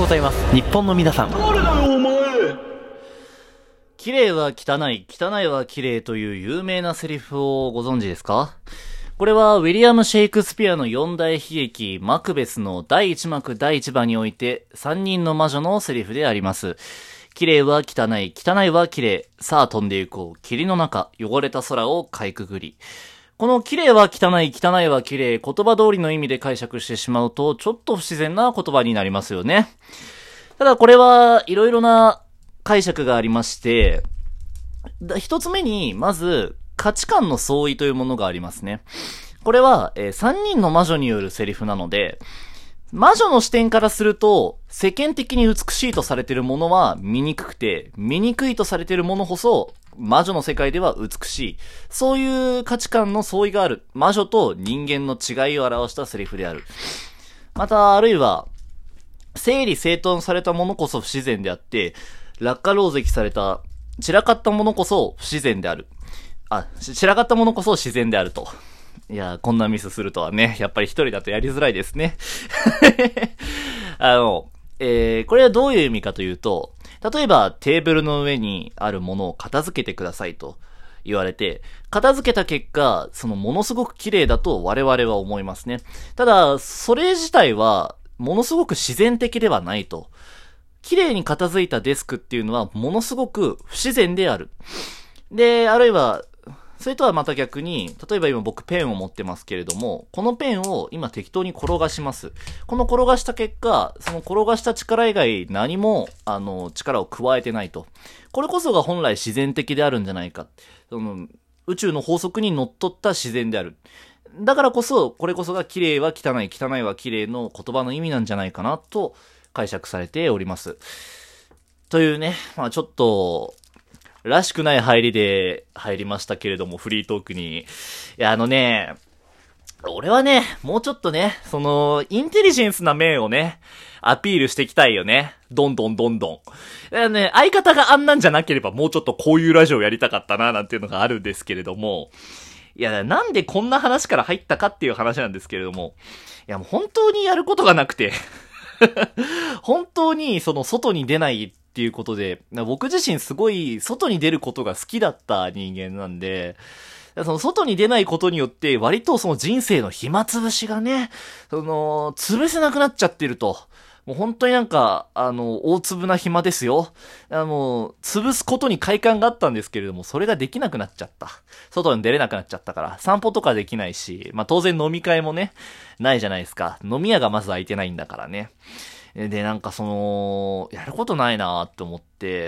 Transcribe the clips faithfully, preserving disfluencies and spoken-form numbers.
ございます。日本の皆さん。 誰だよお前。 綺麗は汚い、汚いは綺麗という有名なセリフをご存知ですか？これはウィリアム・シェイクスピアの四大悲劇マクベスのだいいち幕だいいち番において三人の魔女のセリフであります。綺麗は汚い、汚いは綺麗、さあ飛んでいこう、霧の中、汚れた空をかいくぐり。この綺麗は汚い、汚いは綺麗、言葉通りの意味で解釈してしまうとちょっと不自然な言葉になりますよね。ただこれはいろいろな解釈がありまして、一つ目にまず価値観の相違というものがありますね。これは、えー、三人の魔女によるセリフなので、魔女の視点からすると世間的に美しいとされているものは醜くて、醜いとされているものこそ魔女の世界では美しい。そういう価値観の相違がある。魔女と人間の違いを表したセリフである。また、あるいは整理整頓されたものこそ不自然であって、落下漏石された散らかったものこそ不自然である。あ、散らかったものこそ自然であると。いや、こんなミスするとはね、やっぱり一人だとやりづらいですね。あの、えー、これはどういう意味かというと、例えばテーブルの上にあるものを片付けてくださいと言われて、片付けた結果、そのものすごく綺麗だと我々は思いますね。ただ、それ自体はものすごく自然的ではないと。綺麗に片付いたデスクっていうのはものすごく不自然である。で、あるいは、それとはまた逆に、例えば今僕ペンを持ってますけれども、このペンを今適当に転がします。この転がした結果、その転がした力以外何も、あの、力を加えてないと。これこそが本来自然的であるんじゃないか。その、宇宙の法則にのっとった自然である。だからこそ、これこそが綺麗は汚い、汚いは綺麗の言葉の意味なんじゃないかなと解釈されております。というね、まあちょっと、らしくない入りで入りましたけれども、フリートークに。いや、あのね、俺はね、もうちょっとね、その、インテリジェンスな面をね、アピールしていきたいよね。どんどんどんどん。だからね、相方があんなんじゃなければもうちょっとこういうラジオやりたかったな、なんていうのがあるんですけれども、いや、なんでこんな話から入ったかっていう話なんですけれども、いや、もう本当にやることがなくて、本当にその外に出ないっていうことで、僕自身すごい外に出ることが好きだった人間なんで、その外に出ないことによって割とその人生の暇つぶしがね、その潰せなくなっちゃってると。もう本当になんか、あの、大粒な暇ですよ。あの、潰すことに快感があったんですけれども、それができなくなっちゃった。外に出れなくなっちゃったから、散歩とかできないし、まあ当然飲み会もね、ないじゃないですか。飲み屋がまず空いてないんだからね。で、なんかその、やることないなーって思って、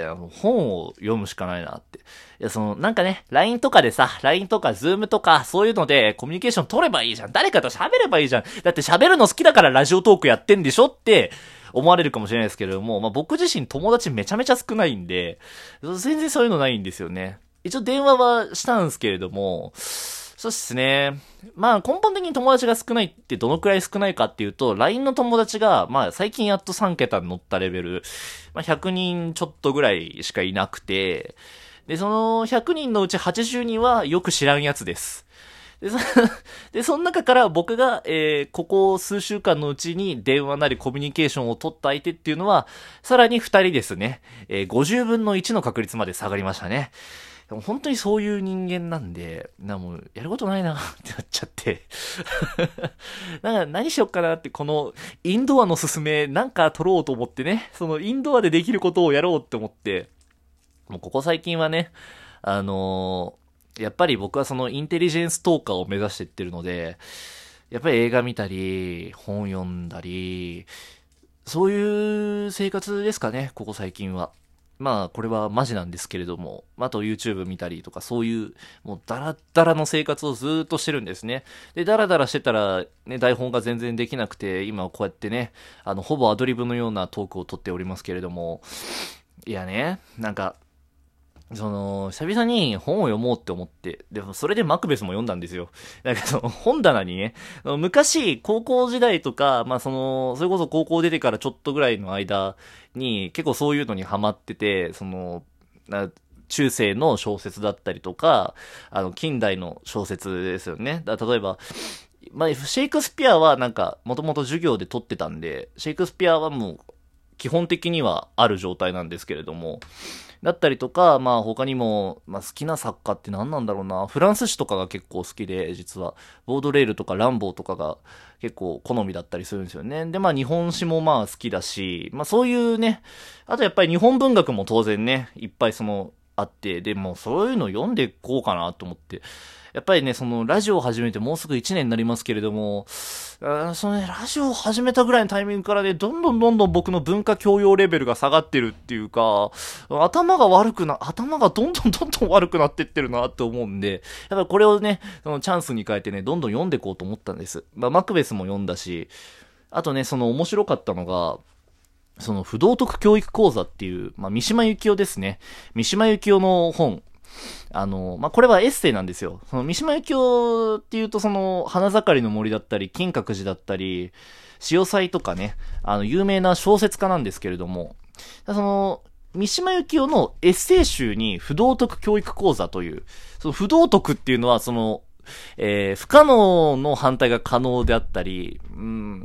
あの本を読むしかないなって。いや、その、なんかね、ライン とかでさ、ライン とか Zoom とか、そういうのでコミュニケーション取ればいいじゃん。誰かと喋ればいいじゃん。だって喋るの好きだからラジオトークやってんでしょって思われるかもしれないですけれども、まあ僕自身友達めちゃめちゃ少ないんで、全然そういうのないんですよね。一応電話はしたんですけれども、そうっすね。まあ根本的に友達が少ないってどのくらい少ないかっていうと、ライン の友達が、まあ最近やっとさん桁に乗ったレベル、まあひゃくにんちょっとぐらいしかいなくて、で、そのひゃくにんのうちはちじゅうにんはよく知らんやつです。で、そ, でその中から僕が、えー、ここ数週間のうちに電話なりコミュニケーションを取った相手っていうのは、さらにふたりですね。えー、ごじゅうぶんのいちの確率まで下がりましたね。でも本当にそういう人間なんで、なもうやることないなってなっちゃって。なんか何しよっかなって、このインドアのすすめなんか取ろうと思ってね、そのインドアでできることをやろうって思って、もうここ最近はね、あのー、やっぱり僕はそのインテリジェンストーカーを目指していってるので、やっぱり映画見たり、本読んだり、そういう生活ですかね、ここ最近は。まあこれはマジなんですけれども、あと YouTube 見たりとかそういうもうダラッダラの生活をずーっとしてるんですね。で、ダラダラしてたらね、台本が全然できなくて、今こうやってね、あのほぼアドリブのようなトークを取っておりますけれども、いやね、なんかその久々に本を読もうって思って、でもそれでマクベスも読んだんですよ。なんかその本棚にね、昔高校時代とか、まあそのそれこそ高校出てからちょっとぐらいの間に結構そういうのにハマってて、そのな中世の小説だったりとか、あの近代の小説ですよね。だ例えばまあシェイクスピアはなんか元々授業で取ってたんで、シェイクスピアはもう基本的にはある状態なんですけれども、だったりとか、まあ他にも、まあ好きな作家って何なんだろうな。フランス詩とかが結構好きで、実は。ボードレールとかランボーとかが結構好みだったりするんですよね。で、まあ日本史もまあ好きだし、まあそういうね、あとやっぱり日本文学も当然ね、いっぱいその、あって、でもそういうの読んでいこうかなと思って。やっぱりね、そのラジオを始めてもうすぐいちねんになりますけれども、あそのね、ラジオを始めたぐらいのタイミングからね、どんどんどんどん僕の文化教養レベルが下がってるっていうか、頭が悪くな、頭がどんどんどんどん悪くなってってるなって思うんで、やっぱりこれをね、そのチャンスに変えてね、どんどん読んでいこうと思ったんです。まあ、マクベスも読んだし、あとね、その面白かったのが、その不道徳教育講座っていう、まあ、三島由紀夫ですね。三島由紀夫の本。あの、まあ、これはエッセイなんですよ。その三島由紀夫っていうとその、花盛りの森だったり、金閣寺だったり、潮祭とかね、あの、有名な小説家なんですけれども、その、三島由紀夫のエッセイ集に不道徳教育講座という、その不道徳っていうのはその、えー、不可能の反対が可能であったり、うん、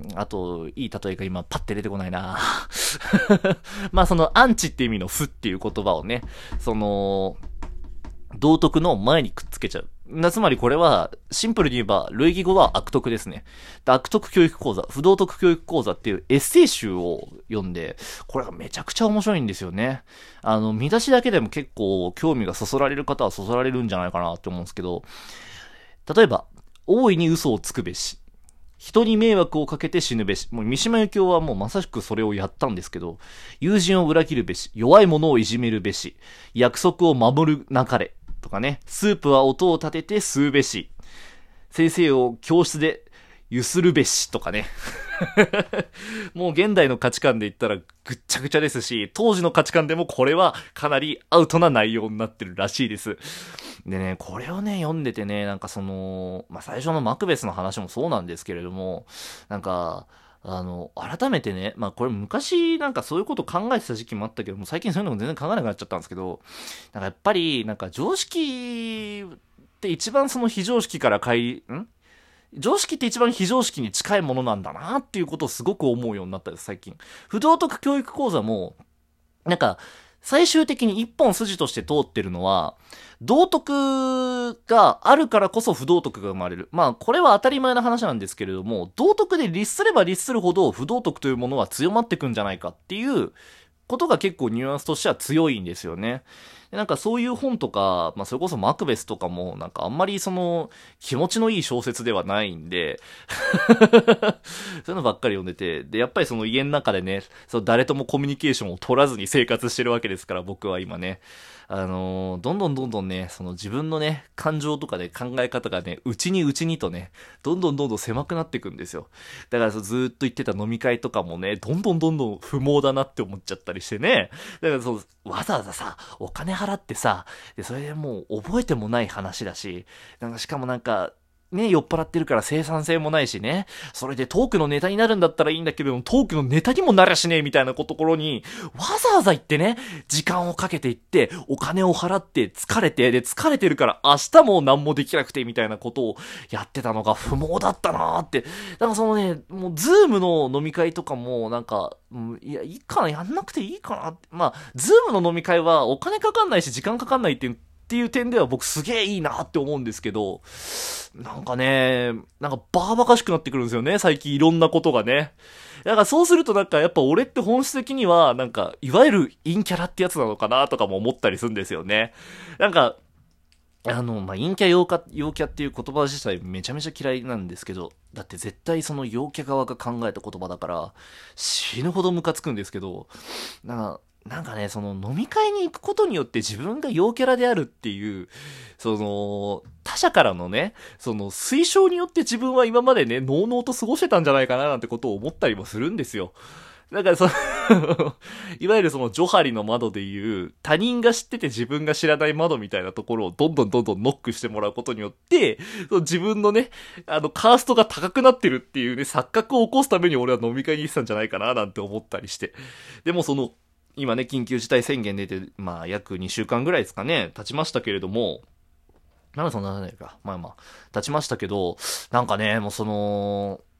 あと、いい例えが今パッて出てこないなまあその、アンチって意味の不っていう言葉をね、その、道徳の前にくっつけちゃう。な、つまりこれは、シンプルに言えば、類義語は悪徳ですね。悪徳教育講座、不道徳教育講座っていうエッセイ集を読んで、これがめちゃくちゃ面白いんですよね。あの、見出しだけでも結構興味がそそられる方はそそられるんじゃないかなって思うんですけど、例えば、大いに嘘をつくべし。人に迷惑をかけて死ぬべし。もう三島由紀夫はもうまさしくそれをやったんですけど、友人を裏切るべし。弱い者をいじめるべし。約束を守るなかれ。とかね。スープは音を立てて吸うべし。先生を教室でゆするべし。とかね。もう現代の価値観で言ったらぐっちゃぐちゃですし、当時の価値観でもこれはかなりアウトな内容になってるらしいです。でね、これをね、読んでてね、なんかその、まあ、最初のマクベスの話もそうなんですけれども、なんか、あの、改めてね、まあ、これ昔なんかそういうこと考えてた時期もあったけども、最近そういうのも全然考えなくなっちゃったんですけど、なんかやっぱり、なんか常識って一番その非常識から帰り、ん常識って一番非常識に近いものなんだなっていうことをすごく思うようになったです、最近。不道徳教育講座も、なんか、最終的に一本筋として通ってるのは、道徳があるからこそ不道徳が生まれる。まあ、これは当たり前な話なんですけれども、道徳で律すれば律するほど不道徳というものは強まってくんじゃないかっていうことが結構ニュアンスとしては強いんですよね。でなんかそういう本とか、まあそれこそマクベスとかもなんかあんまりその気持ちのいい小説ではないんでそういうのばっかり読んでて、でやっぱりその家の中でね、その誰ともコミュニケーションを取らずに生活してるわけですから、僕は今ね。あのー、どんどんどんどんね、その自分のね、感情とかで考え方がね、内に内にとね、どんどんどんどん狭くなっていくんですよ。だからずーっと言ってた飲み会とかもね、どんどんどんどん不毛だなって思っちゃったりしてね。だからそう、わざわざさ、お金払ってさ、で、それでもう覚えてもない話だし、なんかしかもなんか、ね、酔っ払ってるから生産性もないしね。それでトークのネタになるんだったらいいんだけども、トークのネタにもならしねえみたいなところに、わざわざ行ってね、時間をかけて行って、お金を払って疲れて、で、疲れてるから明日も何もできなくてみたいなことをやってたのが不毛だったなーって。だからそのね、もうズームの飲み会とかも、なんか、いや、いいかな、やんなくていいかなって。まあ、ズームの飲み会はお金かかんないし時間かかんないっていう、っていう点では僕すげえいいなって思うんですけど、なんかね、なんかバーバカしくなってくるんですよね、最近いろんなことがね。だからそうするとなんかやっぱ俺って本質的にはなんかいわゆる陰キャラってやつなのかなとかも思ったりするんですよね。なんか、あの、まあ、陰キャ陽キャ、陽キャっていう言葉自体めちゃめちゃ嫌いなんですけど、だって絶対その陽キャ側が考えた言葉だから死ぬほどムカつくんですけど、なんか、なんかね、その飲み会に行くことによって自分が陽キャラであるっていう、その、他者からのね、その推奨によって自分は今までね、のうのうと過ごしてたんじゃないかななんてことを思ったりもするんですよ。だからそのいわゆるそのジョハリの窓でいう、他人が知ってて自分が知らない窓みたいなところをどんどんどんどんノックしてもらうことによって、その自分のね、あの、カーストが高くなってるっていうね、錯覚を起こすために俺は飲み会に行ってたんじゃないかななんて思ったりして。でもその、今ね、緊急事態宣言出て、まあ、約にしゅうかんぐらいですかね、経ちましたけれども、なんでそんなないか。まあまあ、経ちましたけど、なんかね、もうその、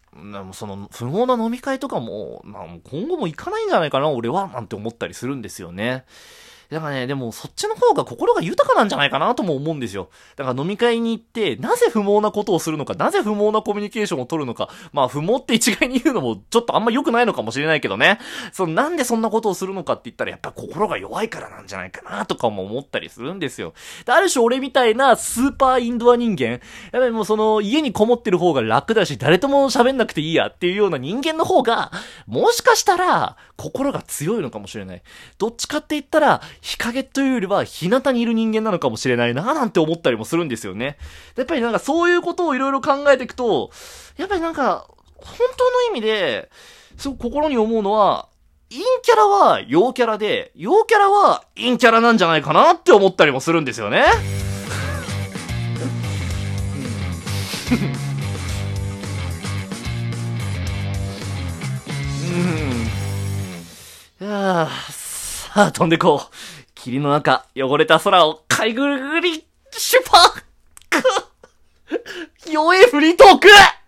なもうその、不毛な飲み会とかも、まあ、今後も行かないんじゃないかな、俺は、なんて思ったりするんですよね。だからね、でもそっちの方が心が豊かなんじゃないかなとも思うんですよ。だから飲み会に行って、なぜ不毛なことをするのか、なぜ不毛なコミュニケーションを取るのか、まあ不毛って一概に言うのもちょっとあんま良くないのかもしれないけどね。そのなんでそんなことをするのかって言ったらやっぱ心が弱いからなんじゃないかなとかも思ったりするんですよ。である種俺みたいなスーパーインドア人間、やっぱりもうその家にこもってる方が楽だし、誰とも喋んなくていいやっていうような人間の方が、もしかしたら心が強いのかもしれない。どっちかって言ったら、日陰というよりは日向にいる人間なのかもしれないななんて思ったりもするんですよね。やっぱりなんかそういうことをいろいろ考えていくと、やっぱりなんか、本当の意味で、すごく心に思うのは、陰キャラは陽キャラで、陽キャラは陰キャラなんじゃないかなって思ったりもするんですよね。うん。いやー、さあ飛んでこう。霧の中、汚れた空をかいぐるぐり、シュパー弱えフリートーク